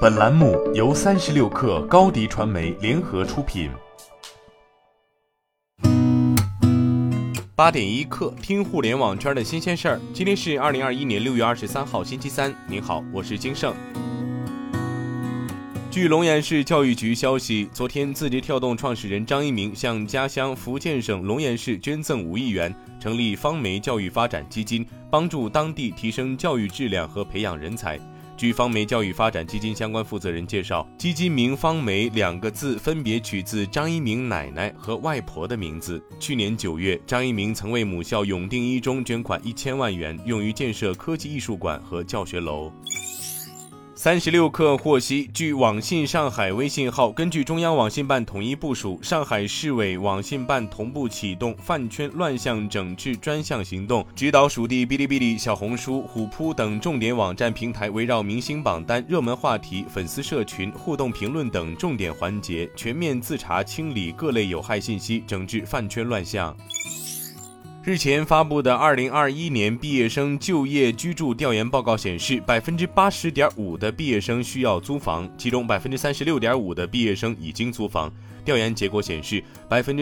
本栏目由36氪高迪传媒联合出品。8点1刻，听互联网圈的新鲜事儿。今天是2021年6月23号，星期三。您好，我是金盛。据龙岩市教育局消息，昨天字节跳动创始人张一鸣向家乡福建省龙岩市捐赠5亿元，成立方梅教育发展基金，帮助当地提升教育质量和培养人才。据方梅教育发展基金相关负责人介绍，基金名方梅2个字分别取自张一鸣奶奶和外婆的名字。去年9月，张一鸣曾为母校永定一中捐款1000万元，用于建设科技艺术馆和教学楼。36氪获悉，据网信上海微信号，根据中央网信办统一部署，上海市委网信办同步启动饭圈乱象整治专项行动，指导属地哔哩哔哩、小红书、虎扑等重点网站平台，围绕明星榜单、热门话题、粉丝社群、互动评论等重点环节，全面自查清理各类有害信息，整治饭圈乱象。日前发布的2021年毕业生就业居住调研报告显示，80.5% 的毕业生需要租房，其中36.5% 的毕业生已经租房。调研结果显示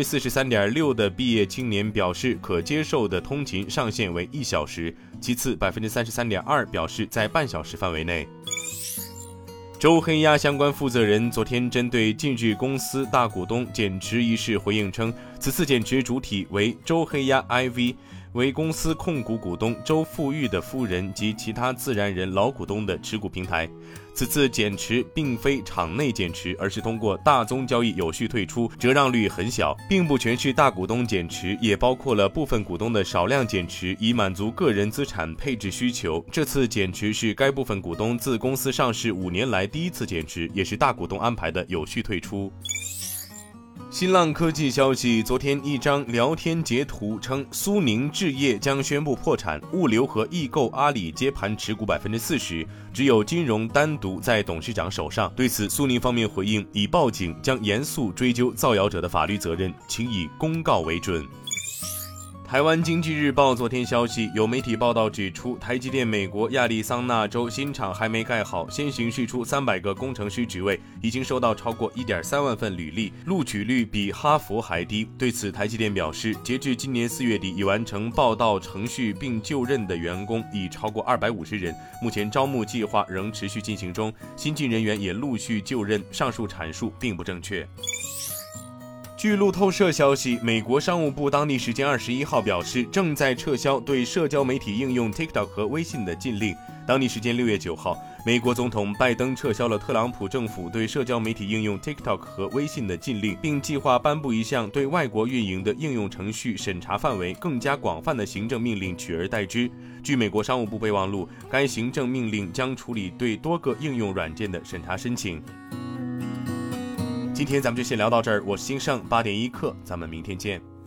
，43.6% 的毕业青年表示可接受的通勤上限为1小时，其次33.2% 表示在半小时范围内。周黑鸭相关负责人昨天针对近日公司大股东减持一事回应称，此次减持主体为周黑鸭 IV， 为公司控股股东周富裕的夫人及其他自然人老股东的持股平台。此次减持并非场内减持，而是通过大宗交易有序退出，折让率很小，并不全是大股东减持，也包括了部分股东的少量减持，以满足个人资产配置需求。这次减持是该部分股东自公司上市5年来第一次减持，也是大股东安排的有序退出。新浪科技消息，昨天一张聊天截图称，苏宁置业将宣布破产，物流和易购阿里接盘持股40%，只有金融单独在董事长手上。对此，苏宁方面回应，已报警，将严肃追究造谣者的法律责任，请以公告为准。台湾经济日报昨天消息，有媒体报道指出，台积电美国亚利桑那州新厂还没盖好，先行释出300个工程师职位，已经收到超过 1.3 万份履历，录取率比哈佛还低。对此，台积电表示，截至今年4月底，已完成报到程序并就任的员工已超过250人，目前招募计划仍持续进行中，新进人员也陆续就任，上述阐述并不正确。据路透社消息，美国商务部当地时间21号表示，正在撤销对社交媒体应用 TikTok 和微信的禁令。当地时间6月9号，美国总统拜登撤销了特朗普政府对社交媒体应用 TikTok 和微信的禁令，并计划颁布一项对外国运营的应用程序审查范围更加广泛的行政命令取而代之。据美国商务部备忘录，该行政命令将处理对多个应用软件的审查申请。今天咱们就先聊到这儿，我是金盛，8点1刻，咱们明天见。